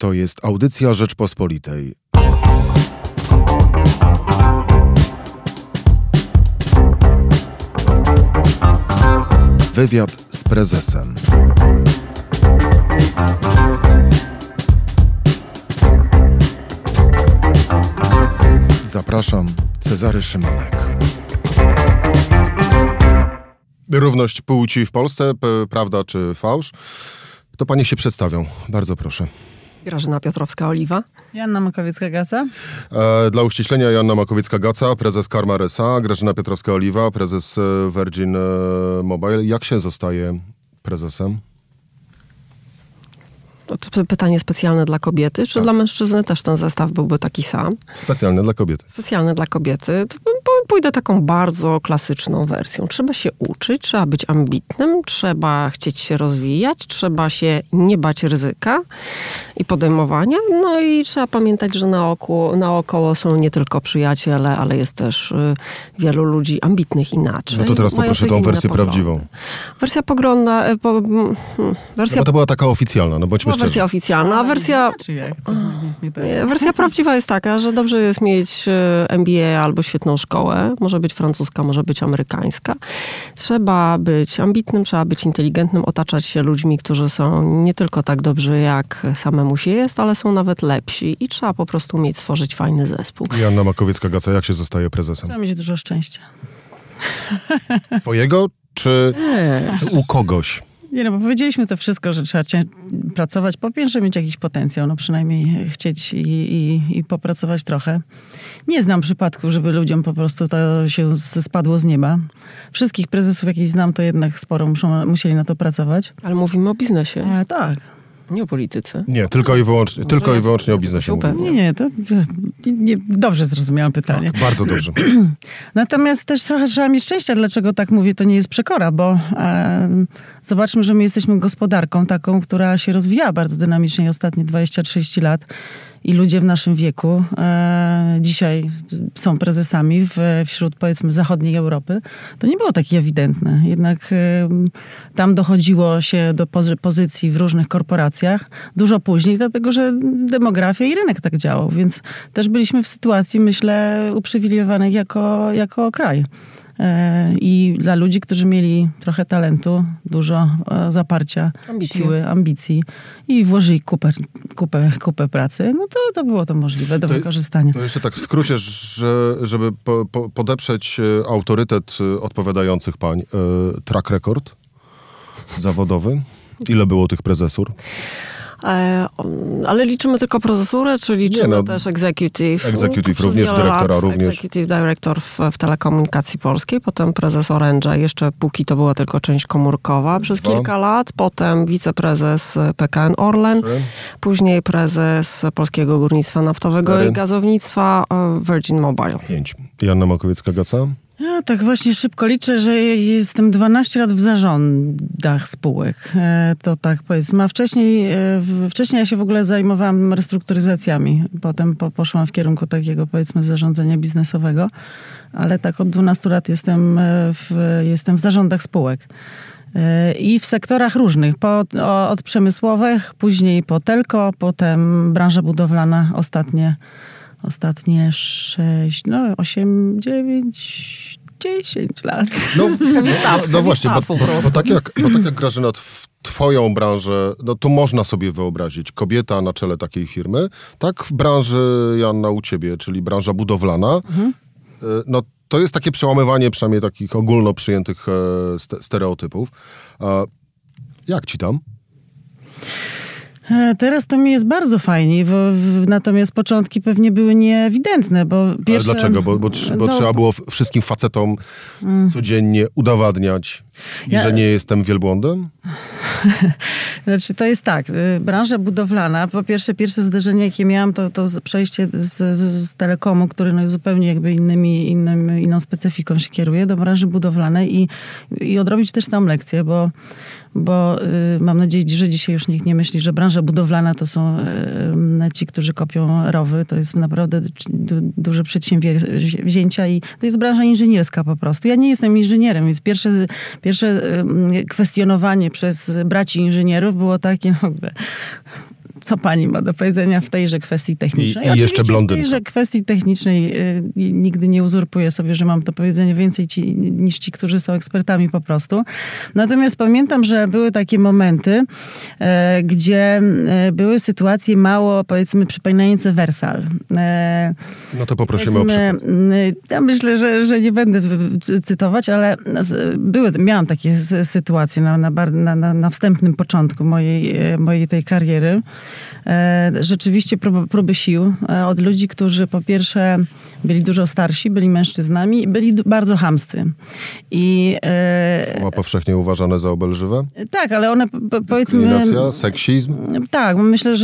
To jest audycja Rzeczpospolitej. Wywiad z prezesem. Zapraszam, Cezary Szymanek. Równość płci w Polsce, prawda czy fałsz? To panie się przedstawią. Bardzo proszę. Grażyna Piotrowska-Oliwa. Joanna Makowiecka-Gaca. Dla uściślenia Joanna Makowiecka-Gaca, prezes Karmar S.A., Grażyna Piotrowska-Oliwa, prezes Virgin Mobile. Jak się zostaje prezesem? To pytanie specjalne dla kobiety, czy dla mężczyzny też ten zestaw byłby taki sam? Specjalny dla kobiety. Specjalny dla kobiety. To pójdę taką bardzo klasyczną wersją. Trzeba się uczyć, trzeba być ambitnym, trzeba chcieć się rozwijać, trzeba się nie bać ryzyka i podejmowania. No i trzeba pamiętać, że naokoło są nie tylko przyjaciele, ale jest też wielu ludzi ambitnych inaczej. No to teraz poproszę tą wersję prawdziwą. Wersja pogląda... Bo to była taka oficjalna, no bądźmy szczerzy. Wersja oficjalna. Wersja prawdziwa jest taka, że dobrze jest mieć MBA albo świetną szkołę. Może być francuska, może być amerykańska. Trzeba być ambitnym, trzeba być inteligentnym, otaczać się ludźmi, którzy są nie tylko tak dobrzy, jak samemu się jest, ale są nawet lepsi i trzeba po prostu umieć stworzyć fajny zespół. Joanna Makowiecka-Gaca, jak się zostaje prezesem? Trzeba mieć dużo szczęścia. Swojego czy u kogoś? Nie, no bo powiedzieliśmy to wszystko, że trzeba pracować. Po pierwsze mieć jakiś potencjał, no przynajmniej chcieć i popracować trochę. Nie znam przypadku, żeby ludziom po prostu to się spadło z nieba. Wszystkich prezesów, jakich znam, to jednak sporo musieli na to pracować. Ale mówimy o biznesie. Tak. Nie o polityce. Nie, tylko i wyłącznie o biznesie. Nie, to dobrze zrozumiałam pytanie. Tak, bardzo dobrze. Natomiast też trochę trzeba mieć szczęścia. Dlaczego tak mówię? To nie jest przekora, bo zobaczmy, że my jesteśmy gospodarką taką, która się rozwijała bardzo dynamicznie ostatnie 20-30 lat. I ludzie w naszym wieku dzisiaj są prezesami wśród, powiedzmy, zachodniej Europy. To nie było takie ewidentne. Jednak tam dochodziło się do pozycji w różnych korporacjach dużo później, dlatego że demografia i rynek tak działał. Więc też byliśmy w sytuacji, myślę, uprzywilejowanych jako kraj. I dla ludzi, którzy mieli trochę talentu, dużo zaparcia, siły, ambicji i włożyli kupę pracy, no to było to możliwe do wykorzystania. To jeszcze tak w skrócie, żeby podeprzeć autorytet odpowiadających pań, track record zawodowy. Ile było tych prezesur? Ale liczymy tylko prezesurę, czy liczymy też executive? Executive również, dyrektora również. Executive director w Telekomunikacji Polskiej, potem prezes Orange'a, jeszcze póki to była tylko część komórkowa przez kilka lat, potem wiceprezes PKN Orlen, później prezes Polskiego Górnictwa Naftowego i Gazownictwa Virgin Mobile. 5. Joanna Makowiecka-Gaca? Ja tak właśnie szybko liczę, że jestem 12 lat w zarządach spółek. To tak powiedzmy. A wcześniej ja się w ogóle zajmowałam restrukturyzacjami. Potem poszłam w kierunku takiego, powiedzmy, zarządzania biznesowego. Ale tak od 12 lat jestem w zarządach spółek. I w sektorach różnych. Od przemysłowych, później po telco, potem branża budowlana, ostatnie 6, 8, 9, 10 lat. No właśnie, bo tak jak Grażyna, twoją branżę, no to można sobie wyobrazić, kobieta na czele takiej firmy, tak w branży, Joanna, u ciebie, czyli branża budowlana, no to jest takie przełamywanie przynajmniej takich ogólno przyjętych stereotypów. Jak ci tam? Teraz to mi jest bardzo fajnie, natomiast początki pewnie były nieewidentne, bo pierwsze... Ale dlaczego? Bo trzeba było wszystkim facetom codziennie udowadniać, że nie jestem wielbłądem? Znaczy to jest tak, branża budowlana, po pierwsze zderzenie jakie miałam, to przejście z telekomu, który no zupełnie jakby inną specyfiką się kieruje, do branży budowlanej i odrobić też tam lekcje, bo mam nadzieję, że dzisiaj już nikt nie myśli, że branża budowlana to są ci, którzy kopią rowy. To jest naprawdę duże przedsięwzięcia i to jest branża inżynierska po prostu. Ja nie jestem inżynierem, więc pierwsze kwestionowanie przez braci inżynierów było takie, co pani ma do powiedzenia w tejże kwestii technicznej. I jeszcze blondynka. W tejże kwestii technicznej nigdy nie uzurpuję sobie, że mam do powiedzenia więcej niż ci, którzy są ekspertami po prostu. Natomiast pamiętam, że były takie momenty, gdzie były sytuacje mało, powiedzmy, przypominające Wersal. No to poprosimy o przykład. Ja myślę, że nie będę cytować, ale miałam takie sytuacje na wstępnym początku mojej tej kariery. Rzeczywiście próby sił od ludzi, którzy po pierwsze byli dużo starsi, byli mężczyznami i byli bardzo chamscy. Słowa powszechnie uważane za obelżywe? Tak, ale one powiedzmy... Dyskryminacja, seksizm? Tak, myślę,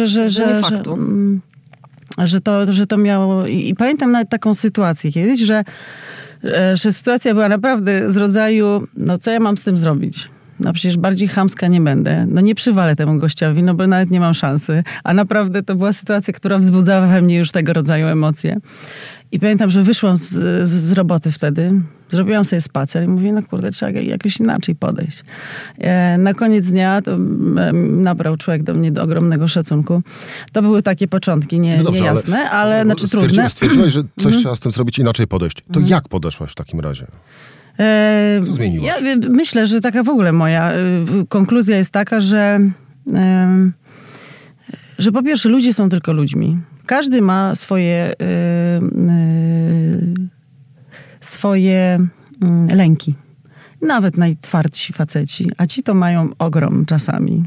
że to miało... I pamiętam nawet taką sytuację kiedyś, że sytuacja była naprawdę z rodzaju, no co ja mam z tym zrobić? No przecież bardziej chamska nie będę. No nie przywalę temu gościowi, no bo nawet nie mam szansy. A naprawdę to była sytuacja, która wzbudzała we mnie już tego rodzaju emocje. I pamiętam, że wyszłam z roboty wtedy, zrobiłam sobie spacer i mówię, no kurde, trzeba jakoś inaczej podejść. Na koniec dnia to nabrał człowiek do mnie do ogromnego szacunku. To były takie początki niejasne, ale znaczy trudne. Stwierdziłaś, że coś trzeba z tym zrobić, inaczej podejść. To jak podeszłaś w takim razie? Co zmieniłaś? Ja myślę, że taka w ogóle moja konkluzja jest taka, że po pierwsze ludzie są tylko ludźmi. Każdy ma swoje lęki. Nawet najtwardsi faceci, a ci to mają ogrom czasami.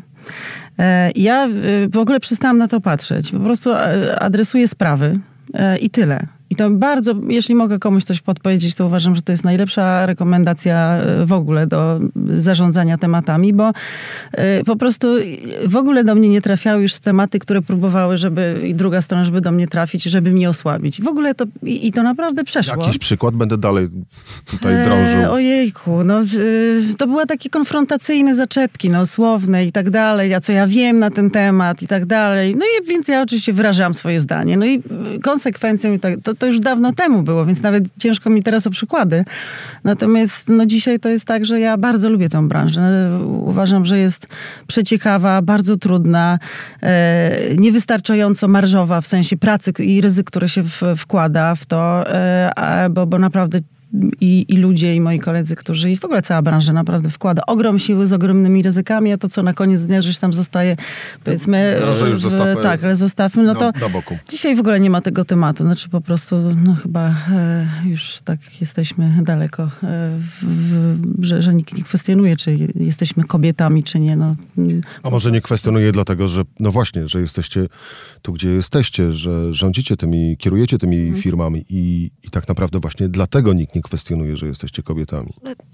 Ja w ogóle przestałam na to patrzeć. Po prostu adresuję sprawy i tyle. I to bardzo, jeśli mogę komuś coś podpowiedzieć, to uważam, że to jest najlepsza rekomendacja w ogóle do zarządzania tematami, bo po prostu w ogóle do mnie nie trafiały już tematy, które próbowały, i druga strona, żeby do mnie trafić, żeby mnie osłabić. W ogóle to naprawdę przeszło. Jakiś przykład? Będę dalej tutaj drążył. Ojejku, no to były takie konfrontacyjne zaczepki, no słowne i tak dalej, a co ja wiem na ten temat i tak dalej. No i więc ja oczywiście wyrażałam swoje zdanie. No i konsekwencją to już dawno temu było, więc nawet ciężko mi teraz o przykłady. Natomiast no dzisiaj to jest tak, że ja bardzo lubię tę branżę. Uważam, że jest przeciekawa, bardzo trudna, niewystarczająco marżowa w sensie pracy i ryzyk, które się wkłada w to, bo naprawdę i ludzie, i moi koledzy, którzy i w ogóle cała branża naprawdę wkłada ogrom siły z ogromnymi ryzykami, a to, co na koniec dnia, że tam zostaje, powiedzmy... już zostawmy, tak, ale zostawmy, no to na boku. Dzisiaj w ogóle nie ma tego tematu. Znaczy po prostu, no chyba już tak jesteśmy daleko, że nikt nie kwestionuje, czy jesteśmy kobietami, czy nie. No. A może nie kwestionuje dlatego, że no właśnie, że jesteście tu, gdzie jesteście, że rządzicie tymi, kierujecie tymi firmami i tak naprawdę właśnie dlatego nikt nie kwestionuje, że jesteście kobietami.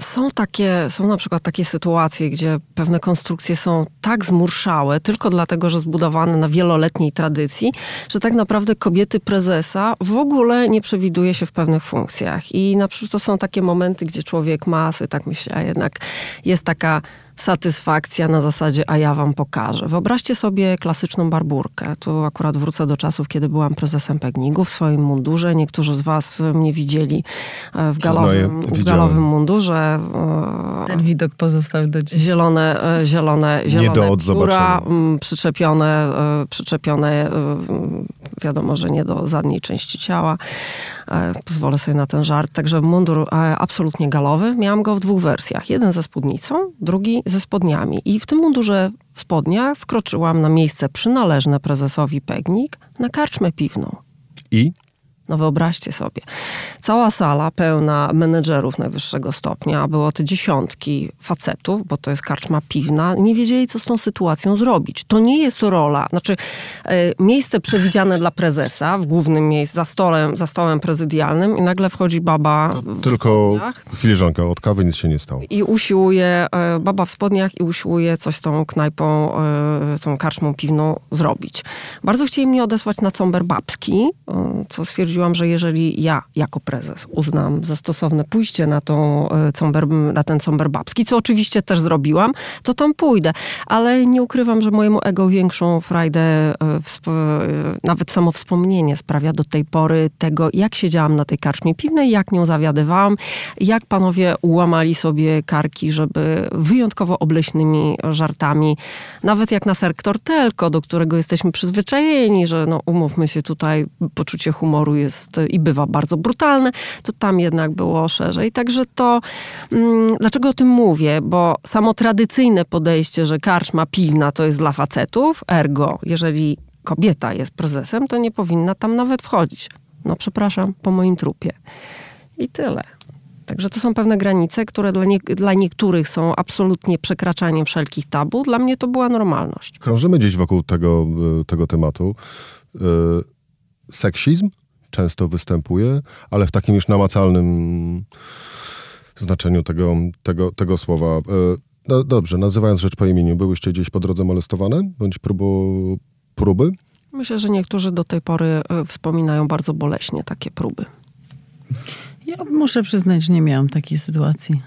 Są na przykład takie sytuacje, gdzie pewne konstrukcje są tak zmurszałe, tylko dlatego, że zbudowane na wieloletniej tradycji, że tak naprawdę kobiety prezesa w ogóle nie przewiduje się w pewnych funkcjach. I na przykład to są takie momenty, gdzie człowiek ma sobie tak myśli, a jednak jest taka satysfakcja na zasadzie, a ja wam pokażę. Wyobraźcie sobie klasyczną barburkę. Tu akurat wrócę do czasów, kiedy byłam prezesem PGNiG-u w swoim mundurze. Niektórzy z was mnie widzieli w galowym mundurze. Ten widok pozostał do dziś. Zielone nie do skóra, przyczepione, wiadomo, że nie do zadniej części ciała. Pozwolę sobie na ten żart. Także mundur absolutnie galowy. Miałam go w 2 wersjach. Jeden ze spódnicą, drugi ze spodniami. I w tym mundurze w spodniach wkroczyłam na miejsce przynależne prezesowi PGNiG na karczmę piwną. I? No wyobraźcie sobie. Cała sala pełna menedżerów najwyższego stopnia, było to dziesiątki facetów, bo to jest karczma piwna, nie wiedzieli, co z tą sytuacją zrobić. To nie jest rola, miejsce przewidziane dla prezesa w głównym miejscu, za stołem prezydialnym i nagle wchodzi baba tylko filiżanka od kawy, nic się nie stało. I usiłuje, baba w spodniach i usiłuje coś z tą knajpą, tą karczmą piwną zrobić. Bardzo chcieli mnie odesłać na Cąber Babski, co stwierdziło stwierdziłam, że jeżeli ja jako prezes uznam za stosowne pójście na ten Comber Babski, co oczywiście też zrobiłam, to tam pójdę. Ale nie ukrywam, że mojemu ego większą frajdę, nawet samo wspomnienie sprawia do tej pory tego, jak siedziałam na tej karczmie piwnej, jak nią zawiadywałam, jak panowie łamali sobie karki, żeby wyjątkowo obleśnymi żartami, nawet jak na Serk Tortelko, do którego jesteśmy przyzwyczajeni, że no umówmy się, tutaj poczucie humoru jest i bywa bardzo brutalne, to tam jednak było szerzej. Także to, dlaczego o tym mówię? Bo samo tradycyjne podejście, że karczma piwna to jest dla facetów, ergo, jeżeli kobieta jest prezesem, to nie powinna tam nawet wchodzić. No przepraszam, po moim trupie. I tyle. Także to są pewne granice, które dla niektórych są absolutnie przekraczaniem wszelkich tabu. Dla mnie to była normalność. Krążymy gdzieś wokół tego tematu. Seksizm często występuje, ale w takim już namacalnym znaczeniu tego słowa. No dobrze, nazywając rzecz po imieniu, byłyście gdzieś po drodze molestowane? Bądź próby? Myślę, że niektórzy do tej pory wspominają bardzo boleśnie takie próby. Ja muszę przyznać, że nie miałam takiej sytuacji.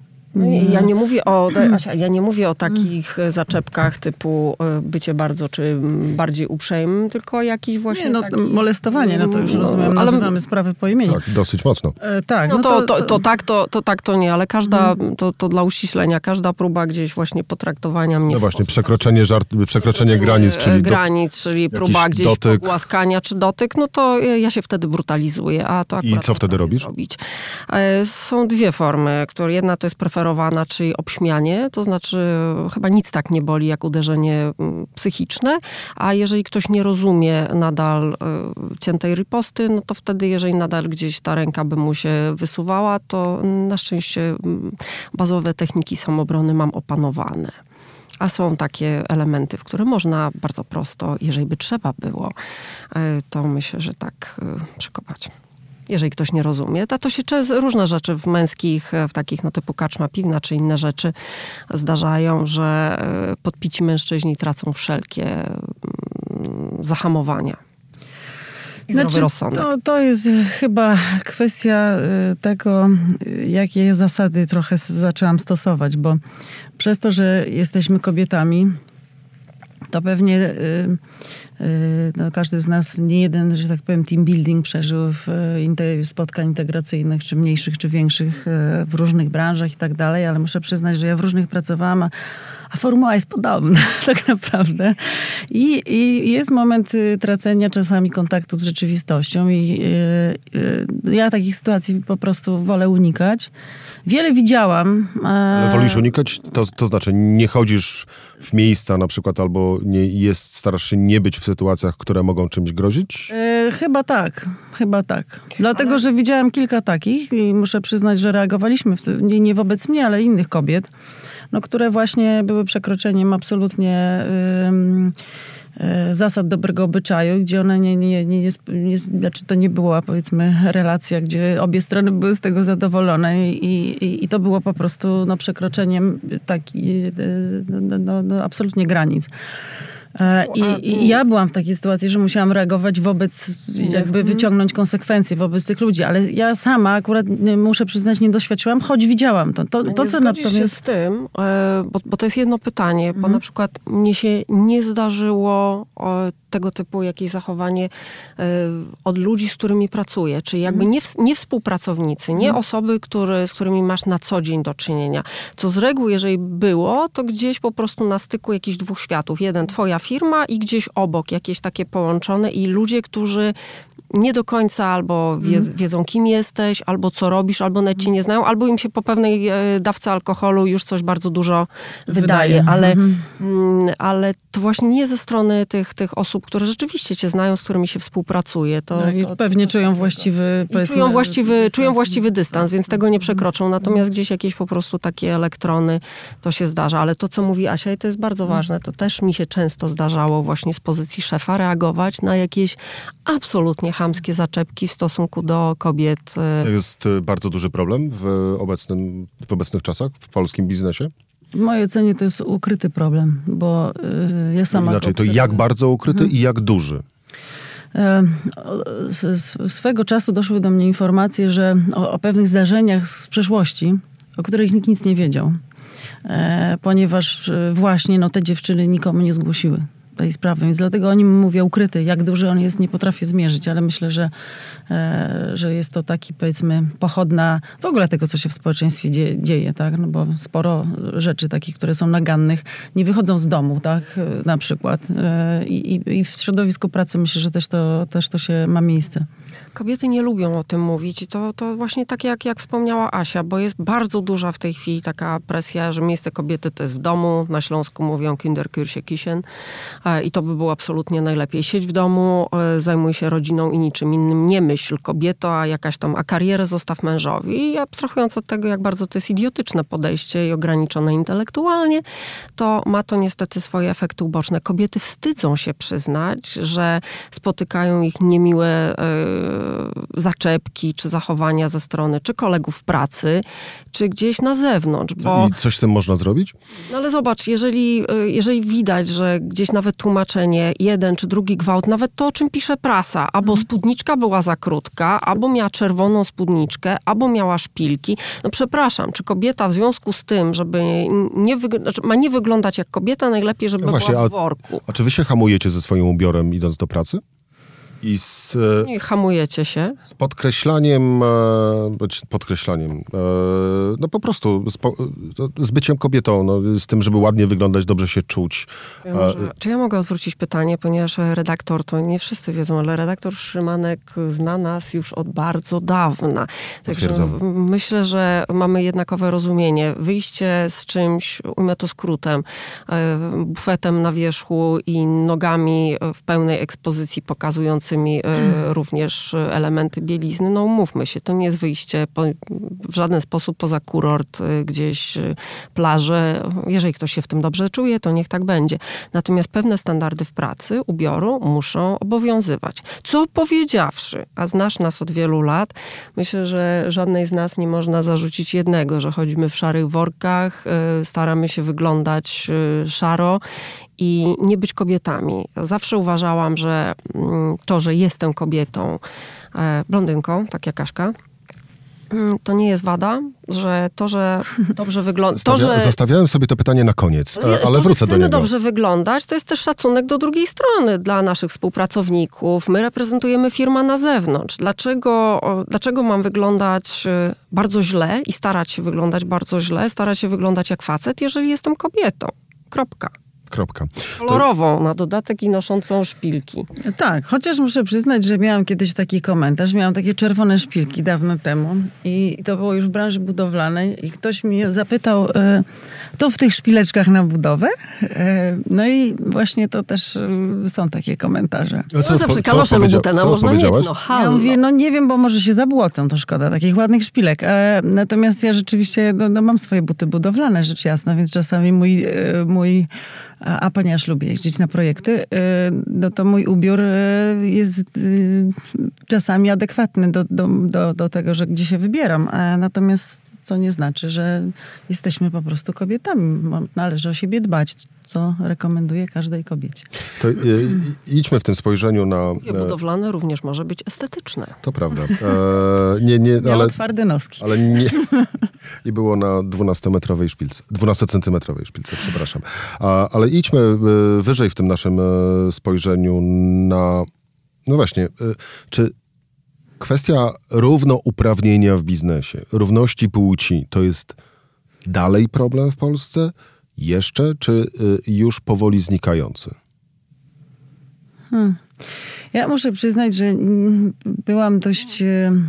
Ja nie mówię o takich zaczepkach typu bycie bardzo czy bardziej uprzejmym, tylko jakiś właśnie molestowanie, to już rozumiem, nazywamy sprawy po imieniu. Tak, dosyć mocno. Tak. To nie, ale każda, to dla uściślenia, każda próba gdzieś właśnie potraktowania mnie. No właśnie, przekroczenie granic, czyli próba gdzieś dotyk, pogłaskania czy dotyk, no to ja się wtedy brutalizuję. I co wtedy robisz? Są dwie formy, jedna to jest preferowana, czyli obśmianie, to znaczy chyba nic tak nie boli jak uderzenie psychiczne, a jeżeli ktoś nie rozumie nadal ciętej riposty, no to wtedy, jeżeli nadal gdzieś ta ręka by mu się wysuwała, to na szczęście bazowe techniki samobrony mam opanowane. A są takie elementy, w które można bardzo prosto, jeżeli by trzeba było, to myślę, że tak przekopać. Jeżeli ktoś nie rozumie, to się różne rzeczy w męskich, w takich typu karczma piwna, czy inne rzeczy zdarzają, że podpici mężczyźni tracą wszelkie zahamowania. To jest chyba kwestia tego, jakie zasady trochę zaczęłam stosować, bo przez to, że jesteśmy kobietami, to pewnie każdy z nas nie jeden, że tak powiem, team building przeżył w spotkań integracyjnych, czy mniejszych, czy większych, w różnych branżach i tak dalej, ale muszę przyznać, że ja w różnych pracowałam, a formuła jest podobna tak naprawdę. I jest moment tracenia czasami kontaktu z rzeczywistością i ja takich sytuacji po prostu wolę unikać. Wiele widziałam. Ale wolisz unikać? To znaczy nie chodzisz w miejsca na przykład albo starasz się nie być w sytuacjach, które mogą czymś grozić? Chyba tak. Dlatego, że widziałam kilka takich i muszę przyznać, że reagowaliśmy nie wobec mnie, ale innych kobiet, które właśnie były przekroczeniem absolutnie zasad dobrego obyczaju, gdzie one znaczy to nie była, powiedzmy, relacja, gdzie obie strony były z tego zadowolone i to było po prostu przekroczeniem absolutnie granic. I ja byłam w takiej sytuacji, że musiałam reagować wyciągnąć konsekwencje wobec tych ludzi, ale ja sama akurat, muszę przyznać, nie doświadczyłam, choć widziałam to co natomiast... się z tym, bo to jest jedno pytanie, bo na przykład mnie się nie zdarzyło tego typu jakieś zachowanie od ludzi, z którymi pracuję, czyli jakby nie współpracownicy, nie osoby, z którymi masz na co dzień do czynienia. Co z reguły, jeżeli było, to gdzieś po prostu na styku jakichś dwóch światów. Jeden twoja firma i gdzieś obok jakieś takie połączone i ludzie, którzy nie do końca albo wiedzą, kim jesteś, albo co robisz, albo nawet cię nie znają, albo im się po pewnej dawce alkoholu już coś bardzo dużo wydaje. Ale to właśnie nie ze strony tych osób, które rzeczywiście cię znają, z którymi się współpracuje. I pewnie czują właściwy... Czują właściwy dystans, więc tego nie przekroczą. Natomiast gdzieś jakieś po prostu takie elektrony, to się zdarza. Ale to, co mówi Asia, i to jest bardzo ważne, to też mi się często zdarzało właśnie z pozycji szefa reagować na jakieś absolutnie chamskie zaczepki w stosunku do kobiet. To jest bardzo duży problem w obecnych czasach, w polskim biznesie? W mojej ocenie to jest ukryty problem, bo ja sama... Inaczej, to jak bardzo ukryty i jak duży? Swego czasu doszły do mnie informacje, że o pewnych zdarzeniach z przeszłości, o których nikt nic nie wiedział, ponieważ właśnie te dziewczyny nikomu nie zgłosiły tej sprawy, więc dlatego o nim mówię ukryty. Jak duży on jest, nie potrafię zmierzyć, ale myślę, że jest to taki, powiedzmy, pochodna w ogóle tego, co się w społeczeństwie dzieje, tak? No bo sporo rzeczy takich, które są nagannych, nie wychodzą z domu, tak? Na przykład. I w środowisku pracy myślę, że też to się ma miejsce. Kobiety nie lubią o tym mówić i to właśnie tak jak wspomniała Asia, bo jest bardzo duża w tej chwili taka presja, że miejsce kobiety to jest w domu. Na Śląsku mówią Kinderkirche Kischen i to by było absolutnie najlepiej. Siedź w domu, zajmuj się rodziną i niczym innym. Nie myśl kobieto, a karierę zostaw mężowi. I abstrahując od tego, jak bardzo to jest idiotyczne podejście i ograniczone intelektualnie, to ma to niestety swoje efekty uboczne. Kobiety wstydzą się przyznać, że spotykają ich niemiłe zaczepki czy zachowania ze strony czy kolegów w pracy, czy gdzieś na zewnątrz. Bo... I coś z tym można zrobić? No ale zobacz, jeżeli widać, że gdzieś nawet tłumaczenie, jeden czy drugi gwałt, nawet to, o czym pisze prasa, albo spódniczka była za krótka, albo miała czerwoną spódniczkę, albo miała szpilki. No przepraszam, czy kobieta w związku z tym, żeby ma nie wyglądać jak kobieta, najlepiej, żeby była w worku. A czy wy się hamujecie ze swoim ubiorem idąc do pracy? I hamujecie się? Z podkreślaniem, no po prostu z byciem kobietą, z tym, żeby ładnie wyglądać, dobrze się czuć. Czy ja mogę odwrócić pytanie, ponieważ redaktor, to nie wszyscy wiedzą, ale redaktor Szymanek zna nas już od bardzo dawna. Także myślę, że mamy jednakowe rozumienie. Wyjście z czymś, ujmę to skrótem, bufetem na wierzchu i nogami w pełnej ekspozycji pokazującymi również elementy bielizny. No umówmy się, to nie jest wyjście w żaden sposób poza kurort, gdzieś plażę. Jeżeli ktoś się w tym dobrze czuje, to niech tak będzie. Natomiast pewne standardy w pracy, ubioru muszą obowiązywać. Co powiedziawszy, a znasz nas od wielu lat, myślę, że żadnej z nas nie można zarzucić jednego, że chodzimy w szarych workach, staramy się wyglądać szaro i nie być kobietami. Zawsze uważałam, że to, że jestem kobietą, blondynką, tak jak Kaszka, to nie jest wada, że to, że dobrze wygląda... Zostawiałem sobie to pytanie na koniec, ale wrócę do niego. Dobrze wyglądać, to jest też szacunek do drugiej strony dla naszych współpracowników. My reprezentujemy firmę na zewnątrz. Dlaczego mam wyglądać bardzo źle i starać się wyglądać bardzo źle, starać się wyglądać jak facet, jeżeli jestem kobietą? Kropka. Kolorową na dodatek i noszącą szpilki. Tak, chociaż muszę przyznać, że miałam kiedyś taki komentarz. Miałam takie czerwone szpilki dawno temu i to było już w branży budowlanej i ktoś mnie zapytał, to w tych szpileczkach na budowę? No i właśnie to też są takie komentarze. Zawsze kalosze Louboutina można mieć. Ja mówię, nie wiem, bo może się zabłocą, to szkoda takich ładnych szpilek. Natomiast ja rzeczywiście mam swoje buty budowlane, rzecz jasna, więc czasami mój a ponieważ lubię jeździć na projekty, no to mój ubiór jest czasami adekwatny do tego, że gdzie się wybieram. Natomiast co nie znaczy, że jesteśmy po prostu kobietami. Należy o siebie dbać, co rekomenduję każdej kobiecie. To idźmy w tym spojrzeniu na... Budowlane również może być estetyczne. To prawda. Miało twarde noski. Ale nie... I było na 12-metrowej szpilce. 12-centymetrowej szpilce, przepraszam. Ale idźmy wyżej w tym naszym spojrzeniu na... No właśnie, czy kwestia równouprawnienia w biznesie, równości płci, to jest dalej problem w Polsce? Jeszcze, czy już powoli znikający? Ja muszę przyznać, że byłam dość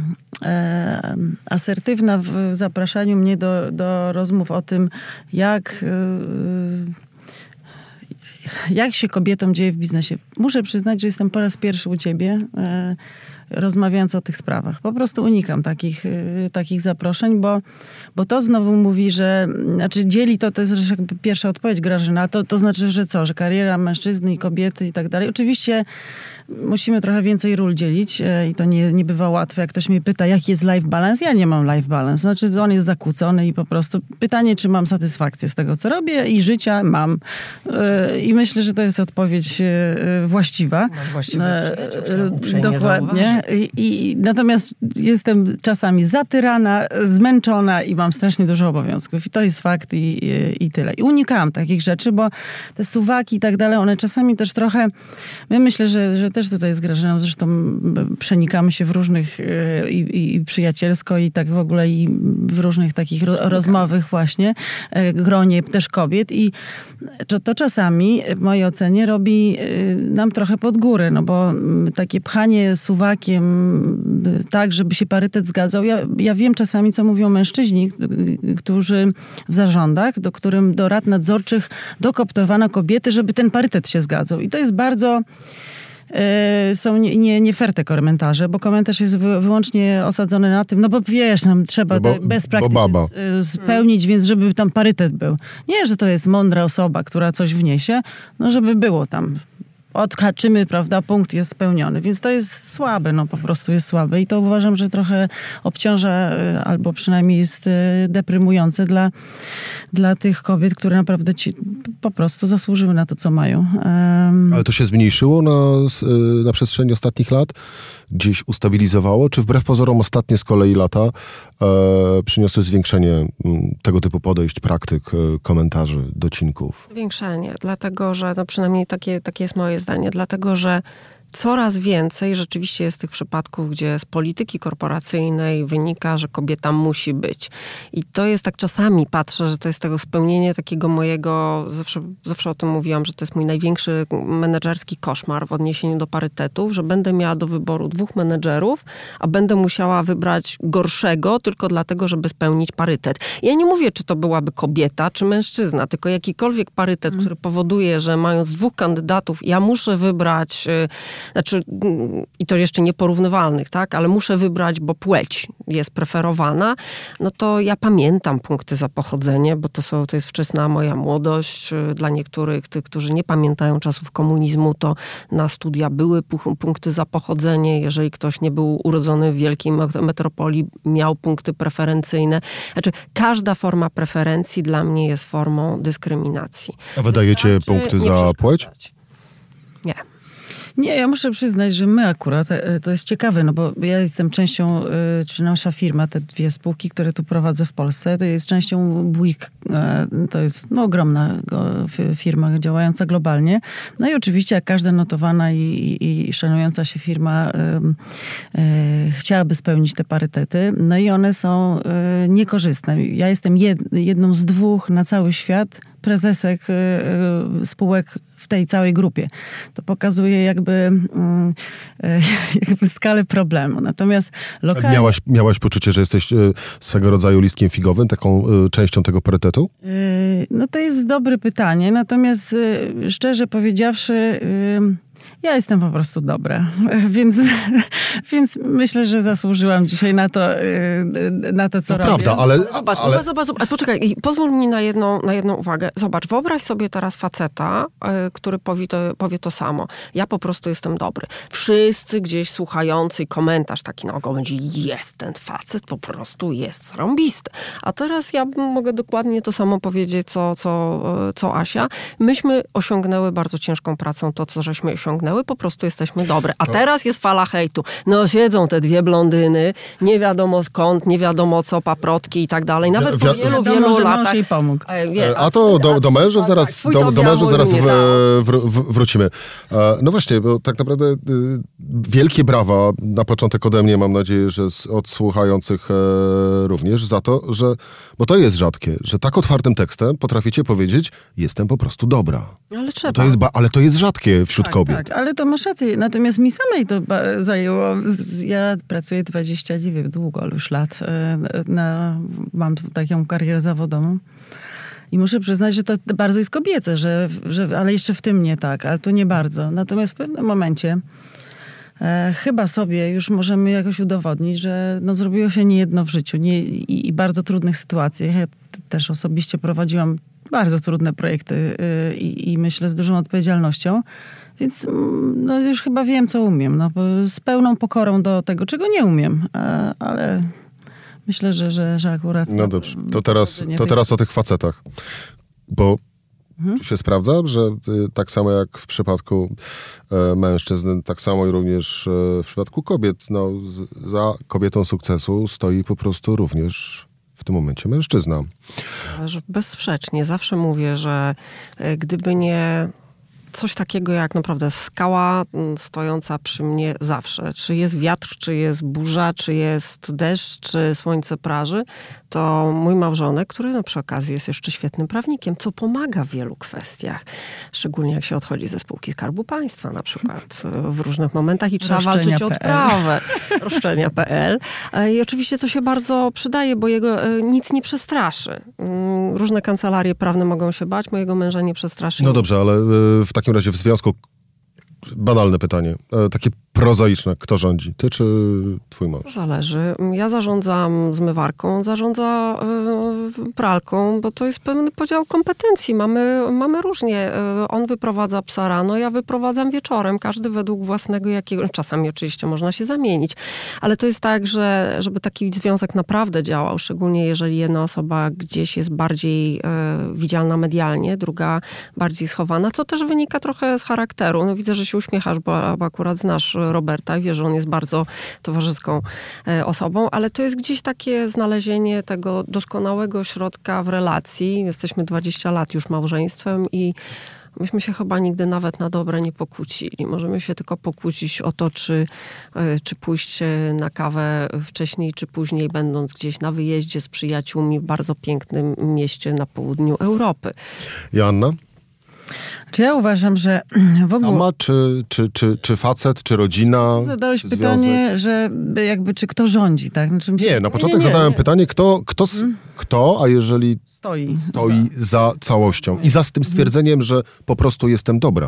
asertywna w zapraszaniu mnie do rozmów o tym, jak się kobietom dzieje w biznesie. Muszę przyznać, że jestem po raz pierwszy u ciebie, rozmawiając o tych sprawach. Po prostu unikam takich zaproszeń, bo to znowu mówi, że... Znaczy dzieli to jest jakby pierwsza odpowiedź, Grażyna. To znaczy, że co? Że kariera mężczyzny i kobiety i tak dalej. Oczywiście musimy trochę więcej ról dzielić i to nie bywa łatwe. Jak ktoś mnie pyta, jaki jest life balance, ja nie mam life balance. Znaczy, on jest zakłócony i po prostu pytanie, czy mam satysfakcję z tego, co robię i życia mam. I myślę, że to jest odpowiedź właściwa. Dokładnie. Natomiast jestem czasami zatyrana, zmęczona i mam strasznie dużo obowiązków. I to jest fakt i tyle. I unikałam takich rzeczy, bo te suwaki i tak dalej, one czasami też trochę... My myślę, że też tutaj z Grażyną zresztą przenikamy się w różnych i przyjacielsko i tak w ogóle i w różnych takich rozmowych właśnie, gronie też kobiet i to czasami w mojej ocenie robi nam trochę pod górę, no bo takie pchanie suwakiem tak, żeby się parytet zgadzał. Ja wiem czasami, co mówią mężczyźni, którzy w zarządach, do rad nadzorczych dokoptowano kobiety, żeby ten parytet się zgadzał. I to jest bardzo... są nie fair te komentarze, bo komentarz jest wyłącznie osadzony na tym, no bo wiesz, nam trzeba best practices spełnić, więc żeby tam parytet był. Nie, że to jest mądra osoba, która coś wniesie, no żeby było tam. Odhaczymy, prawda, punkt jest spełniony. Więc to jest słabe, no po prostu jest słabe. I to uważam, że trochę obciąża, albo przynajmniej jest deprymujące dla tych kobiet, które naprawdę po prostu zasłużyły na to, co mają. Ale to się zmniejszyło na przestrzeni ostatnich lat? Gdzieś ustabilizowało? Czy wbrew pozorom ostatnie z kolei lata przyniosły zwiększenie tego typu podejść, praktyk, komentarzy, docinków? Zwiększenie, dlatego że, no przynajmniej takie jest moje zdanie, dlatego że coraz więcej rzeczywiście jest tych przypadków, gdzie z polityki korporacyjnej wynika, że kobieta musi być. I to jest tak, czasami patrzę, że to jest tego spełnienie takiego mojego, zawsze o tym mówiłam, że to jest mój największy menedżerski koszmar w odniesieniu do parytetów, że będę miała do wyboru 2 menedżerów, a będę musiała wybrać gorszego tylko dlatego, żeby spełnić parytet. Ja nie mówię, czy to byłaby kobieta, czy mężczyzna, tylko jakikolwiek parytet, który powoduje, że mając 2 kandydatów, ja muszę wybrać... Znaczy, i to jeszcze nieporównywalnych, tak? Ale muszę wybrać, bo płeć jest preferowana. No to ja pamiętam punkty za pochodzenie, bo to jest wczesna moja młodość. Dla niektórych, tych, którzy nie pamiętają czasów komunizmu, to na studia były punkty za pochodzenie. Jeżeli ktoś nie był urodzony w wielkiej metropolii, miał punkty preferencyjne. Znaczy, każda forma preferencji dla mnie jest formą dyskryminacji. A wydajecie punkty za płeć? Nie. Nie, ja muszę przyznać, że my akurat, to jest ciekawe, no bo ja jestem częścią, czy nasza firma, te 2 spółki, które tu prowadzę w Polsce, to jest częścią Bouygues, to jest ogromna firma działająca globalnie. No i oczywiście jak każda notowana i szanująca się firma chciałaby spełnić te parytety, no i one są niekorzystne. Ja jestem jedną z 2 na cały świat prezesek spółek w tej całej grupie. To pokazuje jakby skalę problemu. Natomiast lokalnie... Miałaś poczucie, że jesteś swego rodzaju listkiem figowym, taką częścią tego parytetu? No to jest dobre pytanie. Natomiast szczerze powiedziawszy... Ja jestem po prostu dobra, więc myślę, że zasłużyłam dzisiaj na to co robię. Prawda, ale... Zobacz, poczekaj, pozwól mi na jedną uwagę. Zobacz, wyobraź sobie teraz faceta, który powie to samo. Ja po prostu jestem dobry. Wszyscy gdzieś słuchający komentarz taki na ogoł będzie, jest ten facet, po prostu jest zarąbisty. A teraz ja mogę dokładnie to samo powiedzieć, co Asia. Myśmy osiągnęły bardzo ciężką pracą to, co żeśmy osiągnęły. Po prostu jesteśmy dobre. A teraz jest fala hejtu. No siedzą te 2 blondyny, nie wiadomo skąd, nie wiadomo co, paprotki i tak dalej. Nawet po wielu latach. Jej pomógł. A to do mężów zaraz, wrócimy. No właśnie, bo tak naprawdę wielkie brawa na początek ode mnie, mam nadzieję, że od słuchających również, za to, bo to jest rzadkie, że tak otwartym tekstem potraficie powiedzieć, jestem po prostu dobra. Ale trzeba. Ale to jest rzadkie wśród kobiet. Tak, ale to masz rację. Natomiast mi samej to zajęło. Ja pracuję 20, nie wiem, długo już lat. Mam taką karierę zawodową. I muszę przyznać, że to bardzo jest kobiece, ale jeszcze w tym nie tak, ale tu nie bardzo. Natomiast w pewnym momencie chyba sobie już możemy jakoś udowodnić, że zrobiło się niejedno w życiu i bardzo trudnych sytuacjach. Ja też osobiście prowadziłam bardzo trudne projekty i myślę z dużą odpowiedzialnością. Więc no, już chyba wiem, co umiem. No, z pełną pokorą do tego, czego nie umiem. Ale myślę, że akurat... No dobrze, to teraz o tych facetach. Bo tu się sprawdza, że tak samo jak w przypadku mężczyzn, tak samo i również w przypadku kobiet. No, za kobietą sukcesu stoi po prostu również w tym momencie mężczyzna. Bezsprzecznie. Zawsze mówię, że gdyby nie coś takiego jak naprawdę skała stojąca przy mnie zawsze. Czy jest wiatr, czy jest burza, czy jest deszcz, czy słońce praży, to mój małżonek, który przy okazji jest jeszcze świetnym prawnikiem, co pomaga w wielu kwestiach. Szczególnie jak się odchodzi ze spółki Skarbu Państwa na przykład w różnych momentach i trzeba walczyć o odprawę. Roszczenia.pl. I oczywiście to się bardzo przydaje, bo jego nic nie przestraszy. Różne kancelarie prawne mogą się bać, mojego męża nie przestraszy. No dobrze, ale w takim razie w związku, banalne pytanie, takie prozaiczne, kto rządzi? Ty czy twój mąż? To zależy. Ja zarządzam zmywarką, on zarządza pralką, bo to jest pewien podział kompetencji. Mamy różnie. On wyprowadza psa rano, ja wyprowadzam wieczorem. Każdy według własnego jakiegoś... Czasami oczywiście można się zamienić. Ale to jest tak, że żeby taki związek naprawdę działał, szczególnie jeżeli jedna osoba gdzieś jest bardziej widzialna medialnie, druga bardziej schowana, co też wynika trochę z charakteru. No widzę, że się uśmiechasz, bo akurat znasz Roberta i wiesz, że on jest bardzo towarzyską osobą, ale to jest gdzieś takie znalezienie tego doskonałego środka w relacji. Jesteśmy 20 lat już małżeństwem i myśmy się chyba nigdy nawet na dobre nie pokłócili. Możemy się tylko pokłócić o to, czy pójść na kawę wcześniej, czy później, będąc gdzieś na wyjeździe z przyjaciółmi w bardzo pięknym mieście na południu Europy. Joanna? Czy ja uważam, że w ogóle... Sama, czy facet, czy rodzina? Zadałeś związek? pytanie, że jakby, czy kto rządzi, tak? Nie, na początek zadałem pytanie, kto, a jeżeli stoi za całością i za tym stwierdzeniem, że po prostu jestem dobra.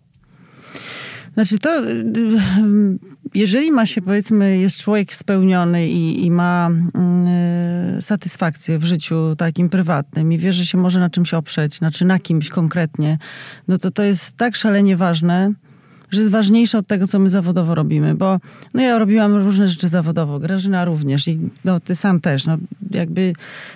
Znaczy to, jeżeli ma się, powiedzmy, jest człowiek spełniony i ma satysfakcję w życiu takim prywatnym i wie, że się może na czymś oprzeć, znaczy na kimś konkretnie, no to jest tak szalenie ważne, że jest ważniejsze od tego, co my zawodowo robimy, bo no ja robiłam różne rzeczy zawodowo, Grażyna również i no, ty sam też, no jakby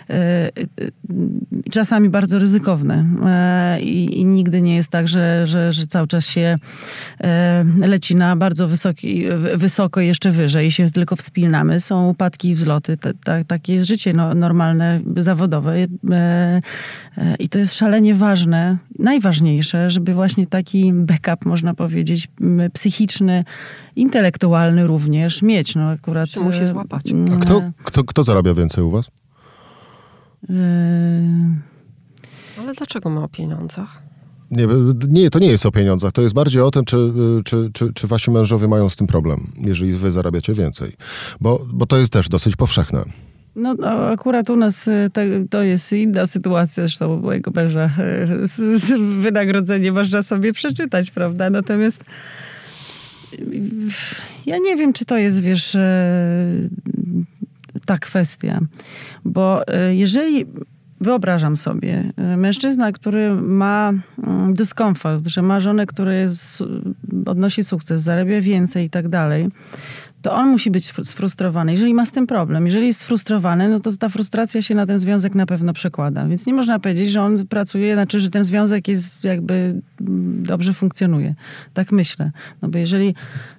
czasami bardzo ryzykowne i nigdy nie jest tak, że cały czas się leci na bardzo wysoko i jeszcze wyżej i się tylko wspinamy. Są upadki i wzloty, takie jest życie normalne, zawodowe i to jest szalenie ważne, najważniejsze, żeby właśnie taki backup, można powiedzieć, psychiczny, intelektualny również mieć. No akurat się musi złapać. A kto zarabia więcej u was? Ale dlaczego my o pieniądzach? Nie, to nie jest o pieniądzach. To jest bardziej o tym, czy wasi mężowie mają z tym problem, jeżeli wy zarabiacie więcej. Bo to jest też dosyć powszechne. No akurat u nas to jest inna sytuacja, zresztą mojego męża wynagrodzenie można sobie przeczytać, prawda? Natomiast ja nie wiem, czy to jest, wiesz, ta kwestia. Bo jeżeli wyobrażam sobie mężczyzna, który ma dyskomfort, że ma żonę, która odnosi sukces, zarabia więcej i tak dalej, to on musi być sfrustrowany. Jeżeli ma z tym problem, jeżeli jest sfrustrowany, no to ta frustracja się na ten związek na pewno przekłada. Więc nie można powiedzieć, że on pracuje, znaczy, że ten związek jest jakby dobrze funkcjonuje. Tak myślę. No bo jeżeli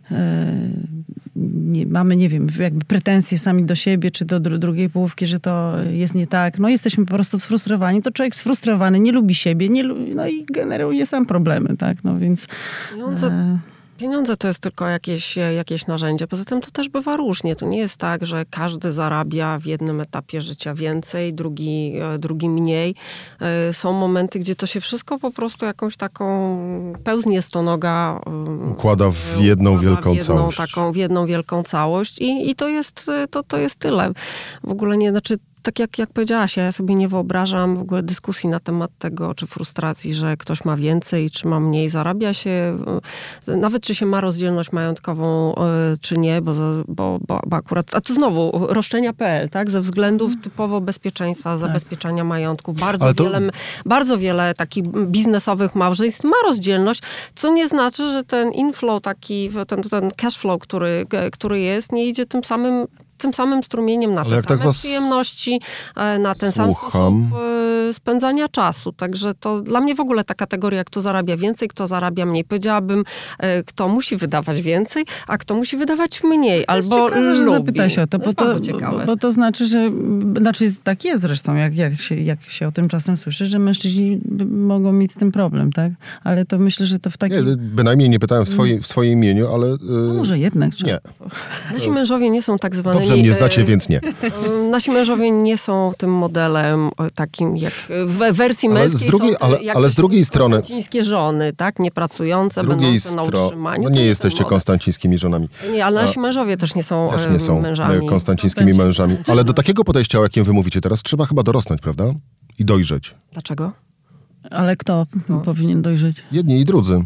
mamy, nie wiem, jakby pretensje sami do siebie, czy do drugiej połówki, że to jest nie tak, no jesteśmy po prostu sfrustrowani, to człowiek sfrustrowany nie lubi siebie, no i generuje sam problemy, tak? No więc... Pieniądze to jest tylko jakieś narzędzie. Poza tym to też bywa różnie. To nie jest tak, że każdy zarabia w jednym etapie życia więcej, drugi mniej. Są momenty, gdzie to się wszystko po prostu jakąś taką pełznie stonoga układa w jedną wielką całość. W jedną wielką całość i to jest tyle. W ogóle nie, znaczy tak jak powiedziałaś, ja sobie nie wyobrażam w ogóle dyskusji na temat tego, czy frustracji, że ktoś ma więcej, czy ma mniej. Zarabia się, nawet czy się ma rozdzielność majątkową, czy nie, bo akurat, a to znowu, roszczenia.pl, tak? Ze względów typowo bezpieczeństwa, zabezpieczania majątków. Bardzo wiele takich biznesowych małżeństw ma rozdzielność, co nie znaczy, że ten inflow taki, ten cash flow, który jest, nie idzie tym samym strumieniem na te same przyjemności, na ten sam sposób spędzania czasu. Także to dla mnie w ogóle ta kategoria, kto zarabia więcej, kto zarabia mniej. Powiedziałabym, kto musi wydawać więcej, a kto musi wydawać mniej. To albo jest ciekawe, że zapytałeś o to, bo to znaczy, że tak jest zresztą, jak się o tym czasem słyszy, że mężczyźni mogą mieć z tym problem, tak? Ale to myślę, że to w takim... Nie, bynajmniej nie pytałem w swoim imieniu, ale... No może jednak. Nie. Nasi mężowie nie są tak zwanymi... Dobrze mnie znacie, więc nie. Nasi mężowie nie są tym modelem takim jak w wersji męskiej ale z drugiej strony... konstancińskie żony, tak? Niepracujące, będące na utrzymaniu. No nie jesteście konstancińskimi żonami. Nie, ale nasi mężowie też nie są mężami. Konstancińskimi mężami. Ale do takiego podejścia, o jakim wy mówicie teraz, trzeba chyba dorosnąć, prawda? I dojrzeć. Dlaczego? Ale kto powinien dojrzeć? Jedni i drudzy.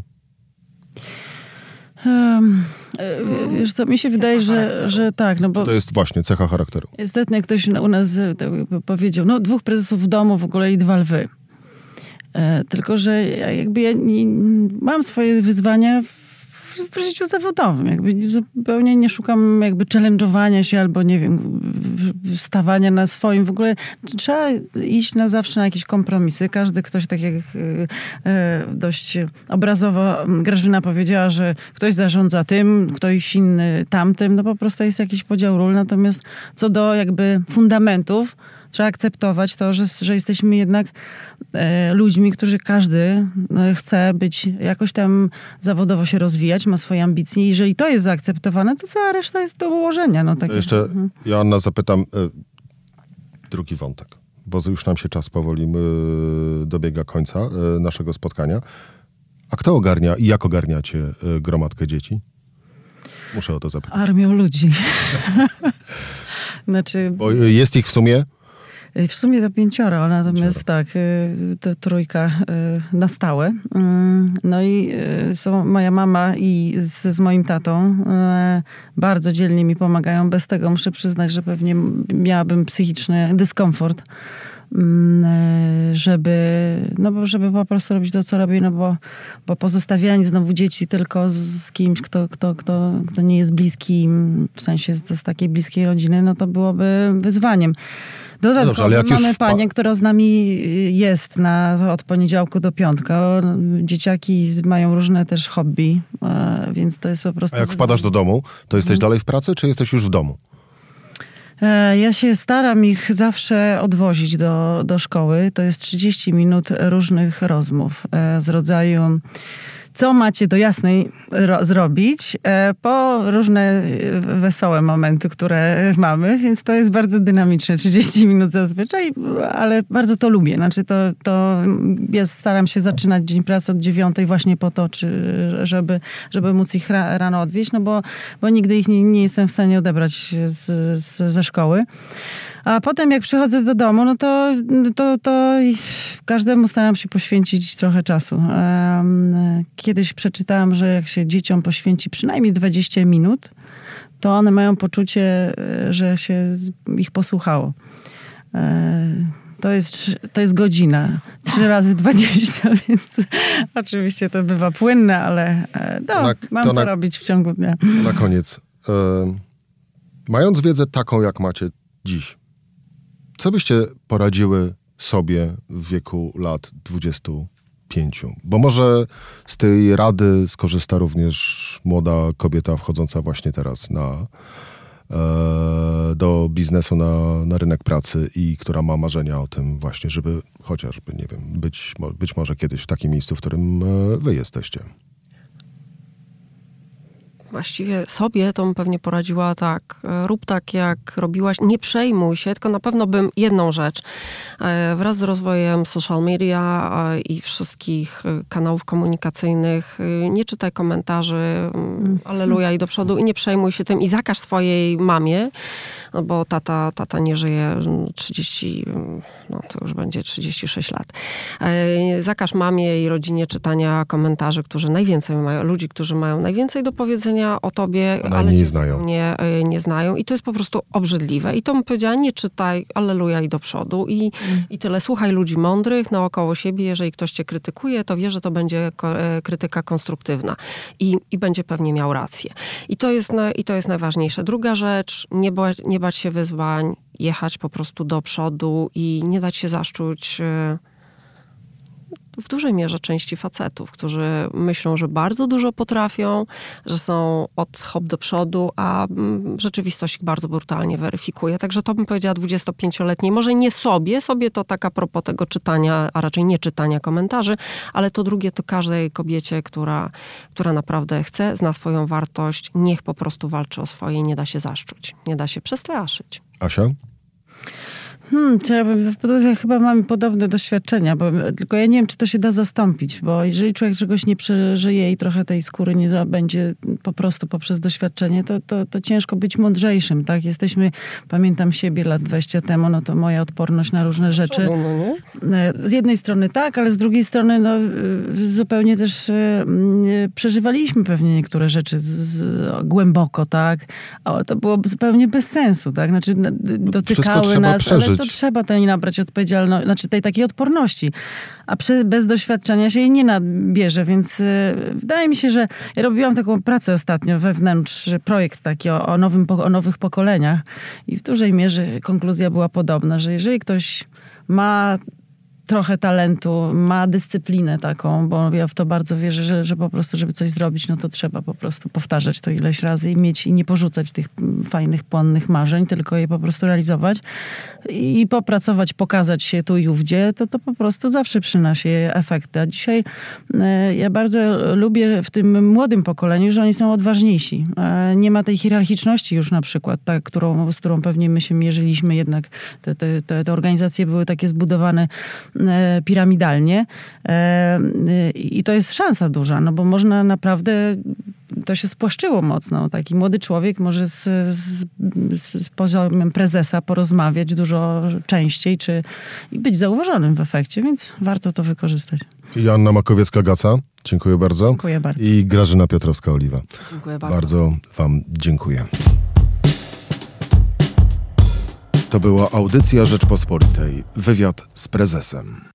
Wiesz co, mi się wydaje, że tak. No bo to jest właśnie cecha charakteru. Ostatnio ktoś u nas powiedział, 2 prezesów w domu w ogóle i 2 lwy. Tylko, że ja mam swoje wyzwania w życiu zawodowym. Zupełnie nie szukam challenge'owania się albo, nie wiem, stawania na swoim. W ogóle trzeba iść zawsze na jakieś kompromisy. Ktoś, tak jak dość obrazowo Grażyna powiedziała, że ktoś zarządza tym, ktoś inny tamtym. No po prostu jest jakiś podział ról. Natomiast co do fundamentów, trzeba akceptować to, że jesteśmy jednak ludźmi, którzy każdy chce być jakoś tam zawodowo się rozwijać, ma swoje ambicje. Jeżeli to jest zaakceptowane, to cała reszta jest do ułożenia. Jeszcze Joanna zapytam drugi wątek, bo już nam się czas powoli dobiega końca naszego spotkania. A kto ogarnia i jak ogarniacie gromadkę dzieci? Muszę o to zapytać. Armią ludzi. Bo jest ich w sumie? W sumie to 5, natomiast tak, to 3 na stałe. No i są moja mama i z moim tatą. Bardzo dzielnie mi pomagają. Bez tego muszę przyznać, że pewnie miałabym psychiczny dyskomfort, żeby po prostu robić to, co robię, bo pozostawianie znowu dzieci tylko z kimś, kto nie jest bliski, w sensie z takiej bliskiej rodziny, no to byłoby wyzwaniem. Dodatkowo mamy panię, która z nami jest od poniedziałku do piątka. Dzieciaki mają różne też hobby, więc to jest po prostu... A jak wpadasz do domu, to jesteś dalej w pracy, czy jesteś już w domu? Ja się staram ich zawsze odwozić do szkoły. To jest 30 minut różnych rozmów z rodzaju... Co macie do Jasnej zrobić, po różne wesołe momenty, które mamy, więc to jest bardzo dynamiczne, 30 minut zazwyczaj, ale bardzo to lubię. Znaczy to ja staram się zaczynać dzień pracy od 9 właśnie po to, żeby móc ich rano odwieźć, bo nigdy ich nie jestem w stanie odebrać ze szkoły. A potem jak przychodzę do domu, no to każdemu staram się poświęcić trochę czasu. Kiedyś przeczytałam, że jak się dzieciom poświęci przynajmniej 20 minut, to one mają poczucie, że się ich posłuchało. To jest godzina. 3 razy 20, więc oczywiście to bywa płynne, ale mam co robić w ciągu dnia. Na koniec. Mając wiedzę taką, jak macie dziś, co byście poradziły sobie w wieku lat 25? Bo może z tej rady skorzysta również młoda kobieta wchodząca właśnie teraz do biznesu, na rynek pracy i która ma marzenia o tym właśnie, żeby chociażby, nie wiem, być może kiedyś w takim miejscu, w którym wy jesteście. Właściwie sobie to bym pewnie poradziła tak. Rób tak, jak robiłaś. Nie przejmuj się, tylko na pewno bym jedną rzecz. Wraz z rozwojem social media i wszystkich kanałów komunikacyjnych nie czytaj komentarzy, alleluja i do przodu i nie przejmuj się tym i zakaż swojej mamie, no bo tata nie żyje 30, no to już będzie 36 lat. Zakaż mamie i rodzinie czytania komentarzy, którzy najwięcej mają, ludzi, którzy mają najwięcej do powiedzenia o tobie, ale cię nie znają. I to jest po prostu obrzydliwe. I to bym powiedziała, nie czytaj, alleluja i do przodu. I tyle. Słuchaj ludzi mądrych naokoło siebie. Jeżeli ktoś cię krytykuje, to wie, że to będzie krytyka konstruktywna. I będzie pewnie miał rację. I to jest najważniejsze. Druga rzecz, nie bać się wyzwań, jechać po prostu do przodu i nie dać się zaszczuć w dużej mierze części facetów, którzy myślą, że bardzo dużo potrafią, że są od hop do przodu, a rzeczywistość ich bardzo brutalnie weryfikuje. Także to bym powiedziała 25-letniej, może nie sobie to tak a propos tego czytania, a raczej nie czytania komentarzy, ale to drugie to każdej kobiecie, która naprawdę chce, zna swoją wartość, niech po prostu walczy o swoje i nie da się zaszczuć, nie da się przestraszyć. Asia? Chyba mamy podobne doświadczenia, tylko ja nie wiem, czy to się da zastąpić, bo jeżeli człowiek czegoś nie przeżyje i trochę tej skóry nie będzie po prostu poprzez doświadczenie, to ciężko być mądrzejszym, tak? Pamiętam siebie lat 20 temu, no to moja odporność na różne rzeczy. Z jednej strony tak, ale z drugiej strony no, zupełnie też przeżywaliśmy pewnie niektóre rzeczy głęboko, tak? Ale to było zupełnie bez sensu, tak? Znaczy dotykały nas, ale to trzeba tej nabrać odpowiedzialności, znaczy tej takiej odporności. A bez doświadczenia się jej nie nabierze, więc wydaje mi się, że ja robiłam taką pracę ostatnio wewnątrz, projekt taki o nowych pokoleniach i w dużej mierze konkluzja była podobna, że jeżeli ktoś ma trochę talentu, ma dyscyplinę taką, bo ja w to bardzo wierzę, że po prostu, żeby coś zrobić, no to trzeba po prostu powtarzać to ileś razy i nie porzucać tych fajnych, płonnych marzeń, tylko je po prostu realizować i popracować, pokazać się tu i ówdzie, to po prostu zawsze przynosi efekty. A dzisiaj ja bardzo lubię w tym młodym pokoleniu, że oni są odważniejsi. Nie ma tej hierarchiczności już na przykład, tak, z którą pewnie my się mierzyliśmy, jednak te organizacje były takie zbudowane piramidalnie i to jest szansa duża, no bo można naprawdę, to się spłaszczyło mocno. Taki młody człowiek może z poziomem prezesa porozmawiać dużo częściej i być zauważonym w efekcie, więc warto to wykorzystać. Joanna Makowiecka-Gaca, dziękuję bardzo. Dziękuję bardzo. I Grażyna Piotrowska-Oliwa. Dziękuję bardzo. Bardzo wam dziękuję. To była audycja Rzeczpospolitej. Wywiad z prezesem.